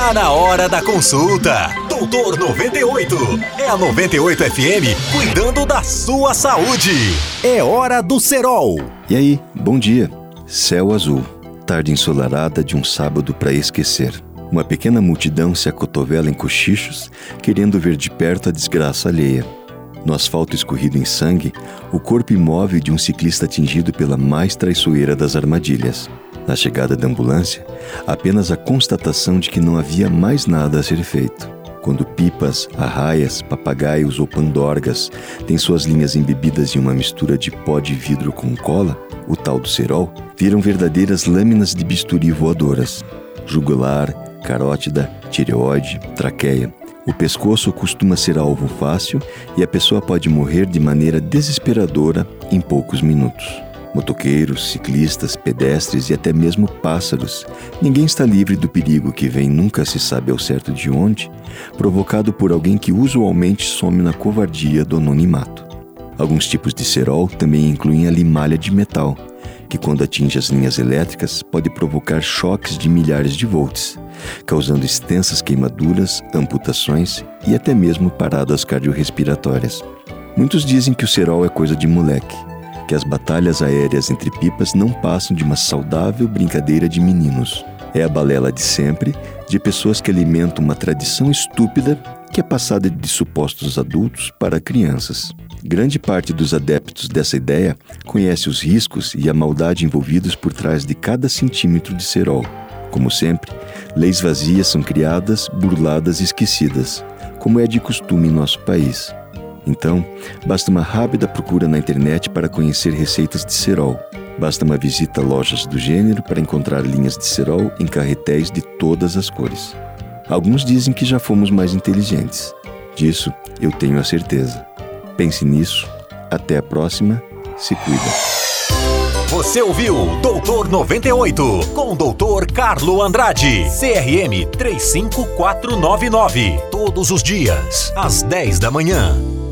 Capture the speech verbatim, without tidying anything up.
Tá na hora da consulta. Doutor noventa e oito. É a noventa e oito F M cuidando da sua saúde. É hora do cerol. E aí, bom dia. Céu azul. Tarde ensolarada de um sábado para esquecer. Uma pequena multidão se acotovela em cochichos, querendo ver de perto a desgraça alheia. No asfalto escorrido em sangue, o corpo imóvel de um ciclista atingido pela mais traiçoeira das armadilhas. Na chegada da ambulância, apenas a constatação de que não havia mais nada a ser feito. Quando pipas, arraias, papagaios ou pandorgas têm suas linhas embebidas em uma mistura de pó de vidro com cola, o tal do cerol, viram verdadeiras lâminas de bisturi voadoras. Jugular, carótida, tireoide, traqueia. O pescoço costuma ser alvo fácil e a pessoa pode morrer de maneira desesperadora em poucos minutos. Motoqueiros, ciclistas, pedestres e até mesmo pássaros. Ninguém está livre do perigo que vem nunca se sabe ao certo de onde, provocado por alguém que usualmente some na covardia do anonimato. Alguns tipos de cerol também incluem a limalha de metal, que quando atinge as linhas elétricas pode provocar choques de milhares de volts, causando extensas queimaduras, amputações e até mesmo paradas cardiorrespiratórias. Muitos dizem que o cerol é coisa de moleque, que as batalhas aéreas entre pipas não passam de uma saudável brincadeira de meninos. É a balela de sempre, de pessoas que alimentam uma tradição estúpida que é passada de supostos adultos para crianças. Grande parte dos adeptos dessa ideia conhece os riscos e a maldade envolvidos por trás de cada centímetro de cerol. Como sempre, leis vazias são criadas, burladas e esquecidas, como é de costume em nosso país. Então, basta uma rápida procura na internet para conhecer receitas de cerol. Basta uma visita a lojas do gênero para encontrar linhas de cerol em carretéis de todas as cores. Alguns dizem que já fomos mais inteligentes. Disso, eu tenho a certeza. Pense nisso. Até a próxima. Se cuida. Você ouviu Doutor noventa e oito com o doutor Carlo Andrade. C R M três cinco quatro nove nove. Todos os dias, às dez da manhã.